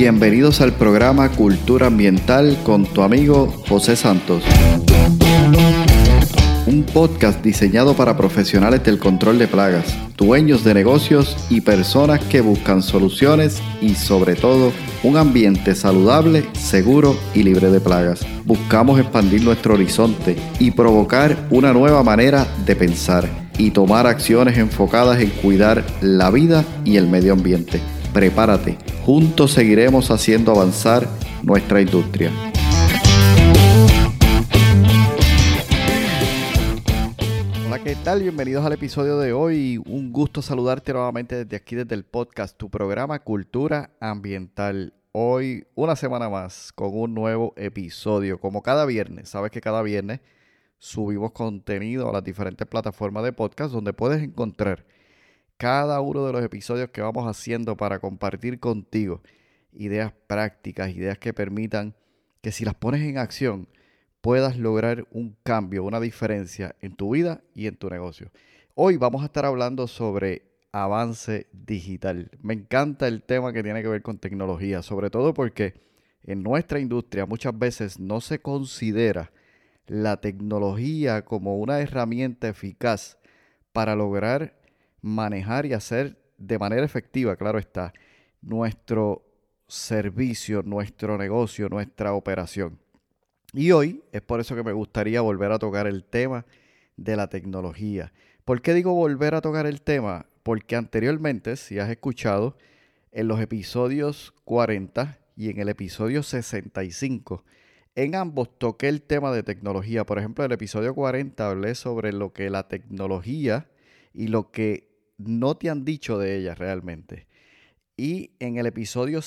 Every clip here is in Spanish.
Bienvenidos al programa Cultura Ambiental con tu amigo José Santos. Un podcast diseñado para profesionales del control de plagas, dueños de negocios y personas que buscan soluciones y, sobre todo, un ambiente saludable, seguro y libre de plagas. Buscamos expandir nuestro horizonte y provocar una nueva manera de pensar y tomar acciones enfocadas en cuidar la vida y el medio ambiente. Prepárate, juntos seguiremos haciendo avanzar nuestra industria. Hola, ¿qué tal? Bienvenidos al episodio de hoy. Un gusto saludarte nuevamente desde aquí, desde el podcast, tu programa Cultura Ambiental. Hoy, una semana más, con un nuevo episodio. Como cada viernes, sabes que cada viernes subimos contenido a las diferentes plataformas de podcast donde puedes encontrar cada uno de los episodios que vamos haciendo para compartir contigo ideas prácticas, ideas que permitan que si las pones en acción puedas lograr un cambio, una diferencia en tu vida y en tu negocio. Hoy vamos a estar hablando sobre avance digital. Me encanta el tema que tiene que ver con tecnología, sobre todo porque en nuestra industria muchas veces no se considera la tecnología como una herramienta eficaz para lograr manejar y hacer de manera efectiva, claro está, nuestro servicio, nuestro negocio, nuestra operación. Y hoy es por eso que me gustaría volver a tocar el tema de la tecnología. ¿Por qué digo volver a tocar el tema? Porque anteriormente, si has escuchado, en los episodios 40 y en el episodio 65, en ambos toqué el tema de tecnología. Por ejemplo, en el episodio 40 hablé sobre lo que la tecnología y lo que no te han dicho de ella realmente. Y en el episodio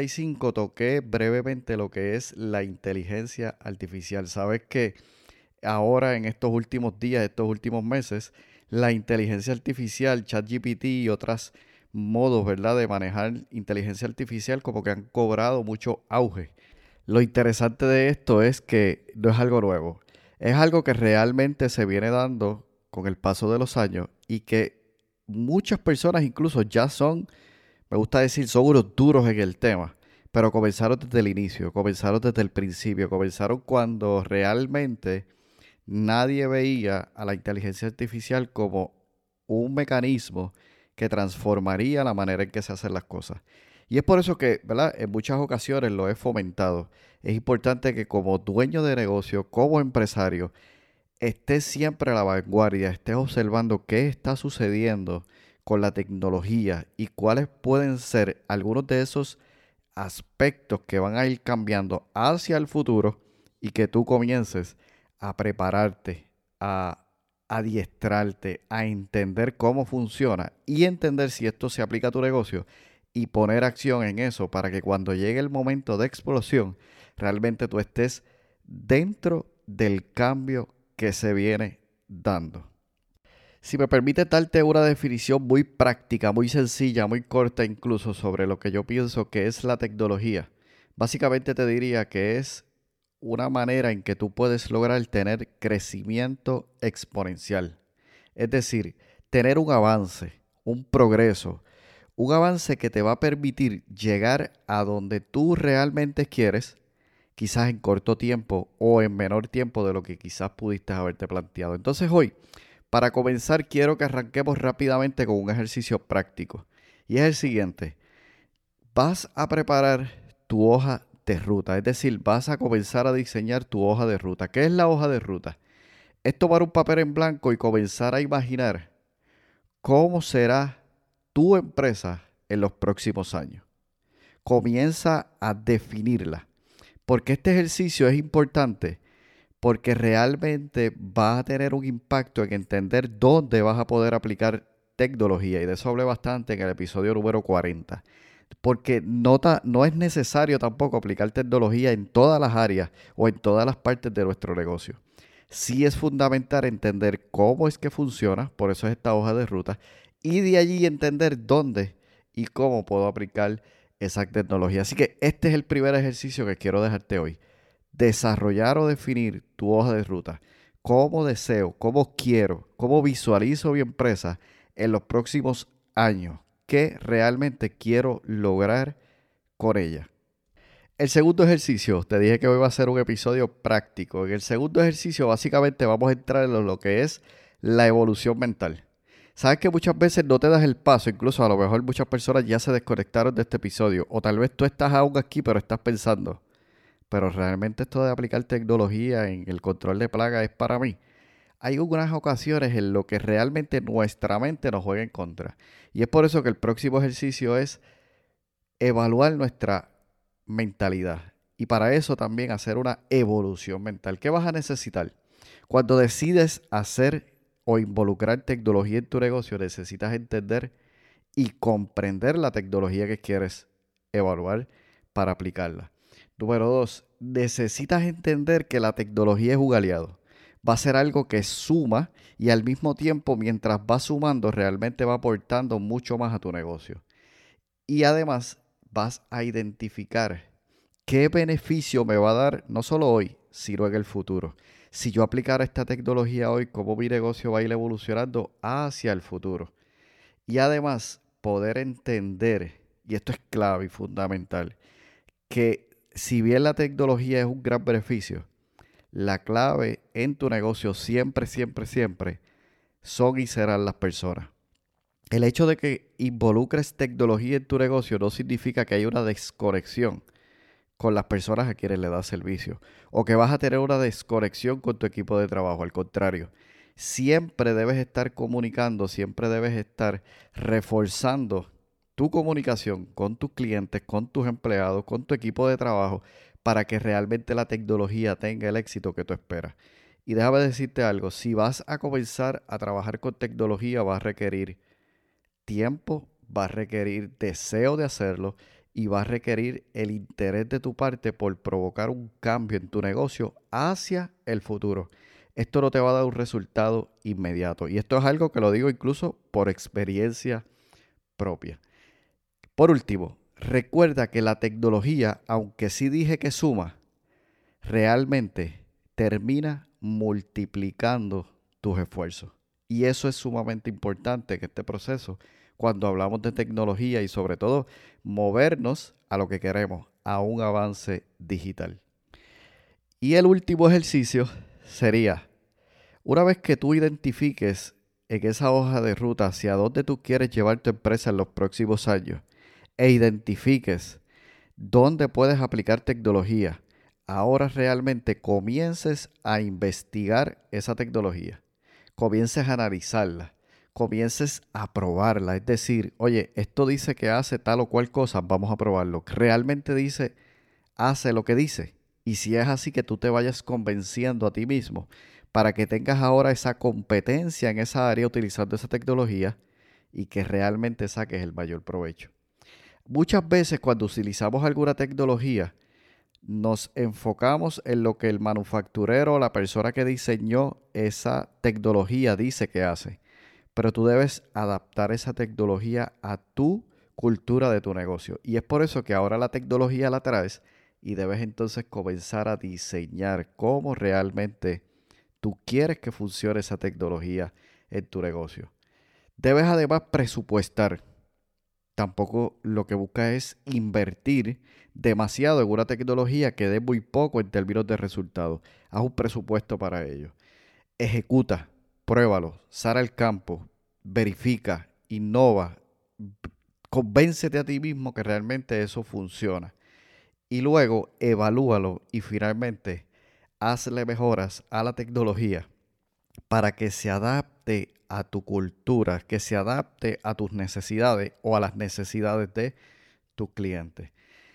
65 toqué brevemente lo que es la inteligencia artificial. Sabes que ahora en estos últimos días, estos últimos meses, la inteligencia artificial, ChatGPT y otros modos, ¿verdad?, de manejar inteligencia artificial como que han cobrado mucho auge. Lo interesante de esto es que no es algo nuevo. Es algo que realmente se viene dando con el paso de los años y que muchas personas incluso ya son, me gusta decir, son unos duros en el tema, pero comenzaron desde el inicio, comenzaron desde el principio, comenzaron cuando realmente nadie veía a la inteligencia artificial como un mecanismo que transformaría la manera en que se hacen las cosas. Y es por eso que, ¿verdad?, en muchas ocasiones lo he fomentado. Es importante que como dueño de negocio, como empresario, estés siempre a la vanguardia, estés observando qué está sucediendo con la tecnología y cuáles pueden ser algunos de esos aspectos que van a ir cambiando hacia el futuro y que tú comiences a prepararte, a adiestrarte, a entender cómo funciona y entender si esto se aplica a tu negocio y poner acción en eso para que cuando llegue el momento de explosión, realmente tú estés dentro del cambio que se viene dando. Si me permite darte una definición muy práctica, muy sencilla, muy corta incluso sobre lo que yo pienso que es la tecnología, básicamente te diría que es una manera en que tú puedes lograr tener crecimiento exponencial. Es decir, tener un avance, un progreso, un avance que te va a permitir llegar a donde tú realmente quieres, quizás en corto tiempo o en menor tiempo de lo que quizás pudiste haberte planteado. Entonces hoy, para comenzar, quiero que arranquemos rápidamente con un ejercicio práctico. Y es el siguiente. Vas a preparar tu hoja de ruta, es decir, vas a comenzar a diseñar tu hoja de ruta. ¿Qué es la hoja de ruta? Es tomar un papel en blanco y comenzar a imaginar cómo será tu empresa en los próximos años. Comienza a definirla. Porque este ejercicio es importante porque realmente vas a tener un impacto en entender dónde vas a poder aplicar tecnología. Y de eso hablé bastante en el episodio número 40. Porque no es necesario tampoco aplicar tecnología en todas las áreas o en todas las partes de nuestro negocio. Sí es fundamental entender cómo es que funciona, por eso es esta hoja de ruta, y de allí entender dónde y cómo puedo aplicar esa tecnología. Así que este es el primer ejercicio que quiero dejarte hoy. Desarrollar o definir tu hoja de ruta. ¿Cómo deseo, cómo quiero, cómo visualizo mi empresa en los próximos años? ¿Qué realmente quiero lograr con ella? El segundo ejercicio, te dije que hoy va a ser un episodio práctico. En el segundo ejercicio, básicamente vamos a entrar en lo que es la evolución mental. Sabes que muchas veces no te das el paso, incluso a lo mejor muchas personas ya se desconectaron de este episodio, o tal vez tú estás aún aquí, pero estás pensando, pero realmente esto de aplicar tecnología en el control de plagas es para mí. Hay algunas ocasiones en lo que realmente nuestra mente nos juega en contra. Y es por eso que el próximo ejercicio es evaluar nuestra mentalidad. Y para eso también hacer una evolución mental. ¿Qué vas a necesitar? Cuando decides hacer o involucrar tecnología en tu negocio, necesitas entender y comprender la tecnología que quieres evaluar para aplicarla. Número dos, necesitas entender que la tecnología es un aliado. Va a ser algo que suma y al mismo tiempo, mientras va sumando, realmente va aportando mucho más a tu negocio. Y además vas a identificar qué beneficio me va a dar no solo hoy, sino en el futuro. Si yo aplicara esta tecnología hoy, cómo mi negocio va a ir evolucionando hacia el futuro. Y además poder entender, y esto es clave y fundamental, que si bien la tecnología es un gran beneficio, la clave en tu negocio siempre, siempre, siempre son y serán las personas. El hecho de que involucres tecnología en tu negocio no significa que haya una desconexión con las personas a quienes le das servicio o que vas a tener una desconexión con tu equipo de trabajo. Al contrario, siempre debes estar comunicando, siempre debes estar reforzando tu comunicación con tus clientes, con tus empleados, con tu equipo de trabajo para que realmente la tecnología tenga el éxito que tú esperas. Y déjame decirte algo, si vas a comenzar a trabajar con tecnología, va a requerir tiempo, va a requerir deseo de hacerlo y va a requerir el interés de tu parte por provocar un cambio en tu negocio hacia el futuro. Esto no te va a dar un resultado inmediato y esto es algo que lo digo incluso por experiencia propia. Por último, recuerda que la tecnología, aunque sí dije que suma, realmente termina multiplicando tus esfuerzos. Y eso es sumamente importante en este proceso cuando hablamos de tecnología y sobre todo movernos a lo que queremos, a un avance digital. Y el último ejercicio sería, una vez que tú identifiques en esa hoja de ruta hacia dónde tú quieres llevar tu empresa en los próximos años e identifiques dónde puedes aplicar tecnología, ahora realmente comiences a investigar esa tecnología, comiences a analizarla, comiences a probarla. Es decir, oye, esto dice que hace tal o cual cosa, vamos a probarlo. Realmente dice, hace lo que dice. Y si es así, que tú te vayas convenciendo a ti mismo para que tengas ahora esa competencia en esa área utilizando esa tecnología y que realmente saques el mayor provecho. Muchas veces cuando utilizamos alguna tecnología, nos enfocamos en lo que el manufacturero o la persona que diseñó esa tecnología dice que hace. Pero tú debes adaptar esa tecnología a tu cultura de tu negocio. Y es por eso que ahora la tecnología la traes y debes entonces comenzar a diseñar cómo realmente tú quieres que funcione esa tecnología en tu negocio. Debes además presupuestar. Tampoco lo que busca es invertir demasiado en una tecnología que dé muy poco en términos de resultados. Haz un presupuesto para ello. Ejecuta, pruébalo, sal al campo, verifica, innova, convéncete a ti mismo que realmente eso funciona. Y luego evalúalo y finalmente hazle mejoras a la tecnología para que se adapte a tu cultura, que se adapte a tus necesidades o a las necesidades de tus clientes.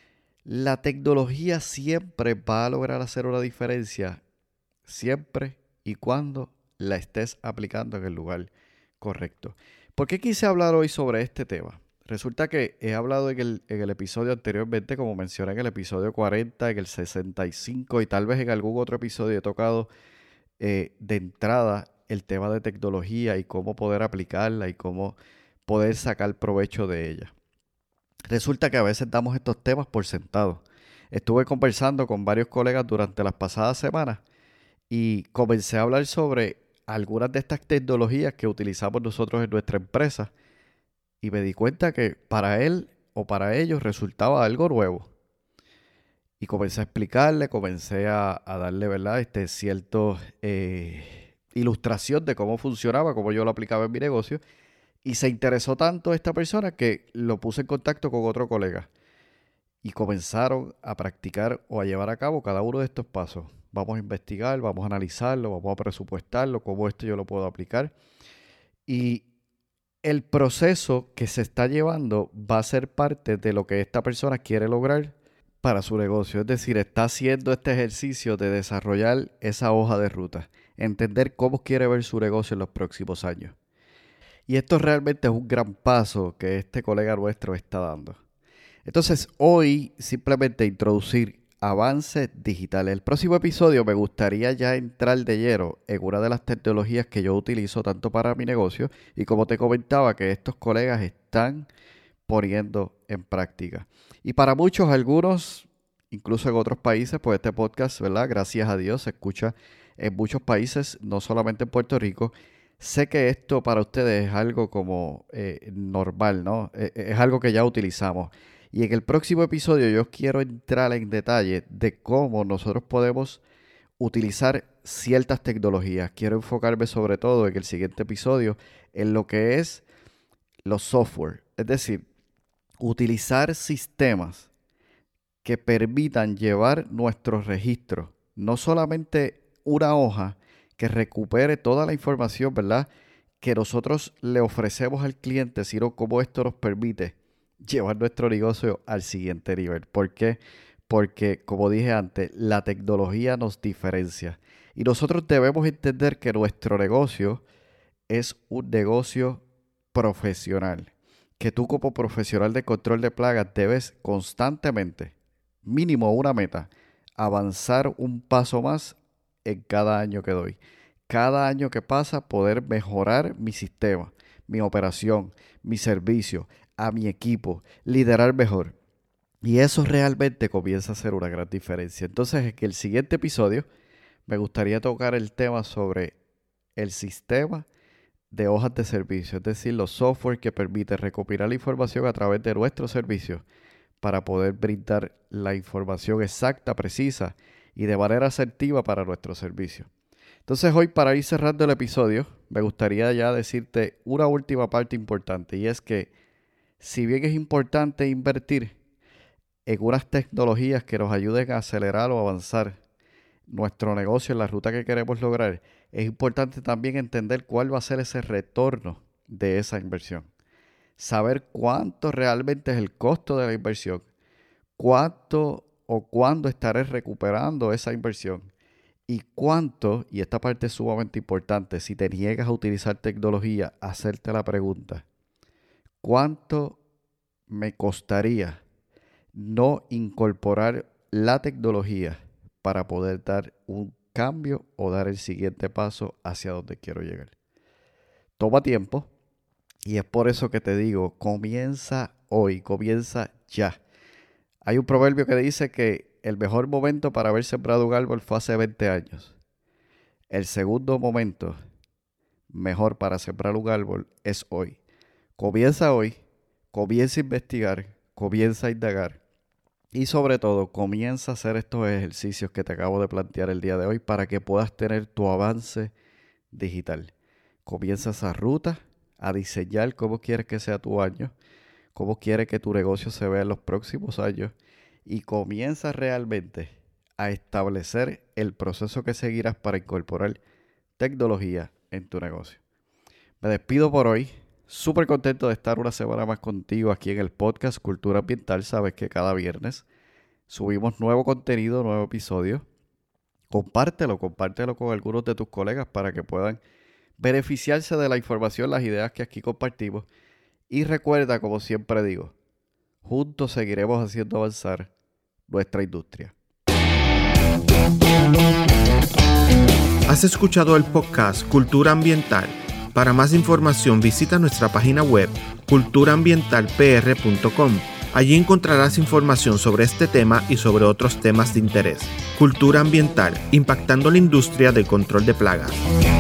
La tecnología siempre va a lograr hacer una diferencia, siempre y cuando la estés aplicando en el lugar correcto. ¿Por qué quise hablar hoy sobre este tema? Resulta que he hablado en el episodio anteriormente, como mencioné en el episodio 40, en el 65 y tal vez en algún otro episodio he tocado de entrada el tema de tecnología y cómo poder aplicarla y cómo poder sacar provecho de ella. Resulta que a veces damos estos temas por sentados. Estuve conversando con varios colegas durante las pasadas semanas y comencé a hablar sobre algunas de estas tecnologías que utilizamos nosotros en nuestra empresa y me di cuenta que para él o para ellos resultaba algo nuevo. Y comencé a explicarle, comencé a darle, ¿verdad? Cierto ilustración de cómo funcionaba, cómo yo lo aplicaba en mi negocio. Y se interesó tanto esta persona que lo puse en contacto con otro colega. Y comenzaron a practicar o a llevar a cabo cada uno de estos pasos. Vamos a investigar, vamos a analizarlo, vamos a presupuestarlo, cómo esto yo lo puedo aplicar. Y el proceso que se está llevando va a ser parte de lo que esta persona quiere lograr para su negocio. Es decir, está haciendo este ejercicio de desarrollar esa hoja de ruta, entender cómo quiere ver su negocio en los próximos años. Y esto realmente es un gran paso que este colega nuestro está dando. Entonces, hoy simplemente introducir avances digitales. El próximo episodio me gustaría ya entrar de lleno en una de las tecnologías que yo utilizo tanto para mi negocio y como te comentaba que estos colegas están poniendo en práctica. Y para muchos, algunos, incluso en otros países, pues este podcast, ¿verdad? Gracias a Dios, se escucha en muchos países, no solamente en Puerto Rico. Sé que esto para ustedes es algo como normal, ¿no? Es algo que ya utilizamos. Y en el próximo episodio yo quiero entrar en detalle de cómo nosotros podemos utilizar ciertas tecnologías. Quiero enfocarme sobre todo en el siguiente episodio en lo que es los software. Es decir, utilizar sistemas que permitan llevar nuestros registros. No solamente una hoja que recupere toda la información, ¿verdad?, que nosotros le ofrecemos al cliente, sino cómo esto nos permite llevar nuestro negocio al siguiente nivel. ¿Por qué? Porque, como dije antes, la tecnología nos diferencia. Y nosotros debemos entender que nuestro negocio es un negocio profesional. Que tú como profesional de control de plagas debes constantemente, mínimo una meta, avanzar un paso más en cada año que doy. Cada año que pasa, poder mejorar mi sistema, mi operación, mi servicio, a mi equipo, liderar mejor. Y eso realmente comienza a hacer una gran diferencia. Entonces, en el siguiente episodio me gustaría tocar el tema sobre el sistema de hojas de servicio, es decir, los software que permiten recopilar la información a través de nuestros servicios para poder brindar la información exacta, precisa y de manera asertiva para nuestro servicio. Entonces hoy, para ir cerrando el episodio, me gustaría ya decirte una última parte importante, y es que si bien es importante invertir en unas tecnologías que nos ayuden a acelerar o avanzar nuestro negocio en la ruta que queremos lograr, es importante también entender cuál va a ser ese retorno de esa inversión. Saber cuánto realmente es el costo de la inversión, cuánto o cuándo estaré recuperando esa inversión y cuánto, y esta parte es sumamente importante, si te niegas a utilizar tecnología, hacerte la pregunta, ¿cuánto me costaría no incorporar la tecnología para poder dar un cambio o dar el siguiente paso hacia donde quiero llegar? Toma tiempo y es por eso que te digo, comienza hoy, comienza ya. Hay un proverbio que dice que el mejor momento para haber sembrado un árbol fue hace 20 años. El segundo momento mejor para sembrar un árbol es hoy. Comienza hoy, comienza a investigar, comienza a indagar y sobre todo comienza a hacer estos ejercicios que te acabo de plantear el día de hoy para que puedas tener tu avance digital. Comienza esa ruta a diseñar cómo quieres que sea tu año, cómo quieres que tu negocio se vea en los próximos años y comienza realmente a establecer el proceso que seguirás para incorporar tecnología en tu negocio. Me despido por hoy. Súper contento de estar una semana más contigo aquí en el podcast Cultura Ambiental. Sabes que cada viernes subimos nuevo contenido, nuevo episodio. Compártelo con algunos de tus colegas para que puedan beneficiarse de la información, las ideas que aquí compartimos. Y recuerda, como siempre digo, juntos seguiremos haciendo avanzar nuestra industria. Has escuchado el podcast Cultura Ambiental. Para más información visita nuestra página web culturaambientalpr.com. Allí encontrarás información sobre este tema y sobre otros temas de interés. Cultura Ambiental, impactando la industria del control de plagas.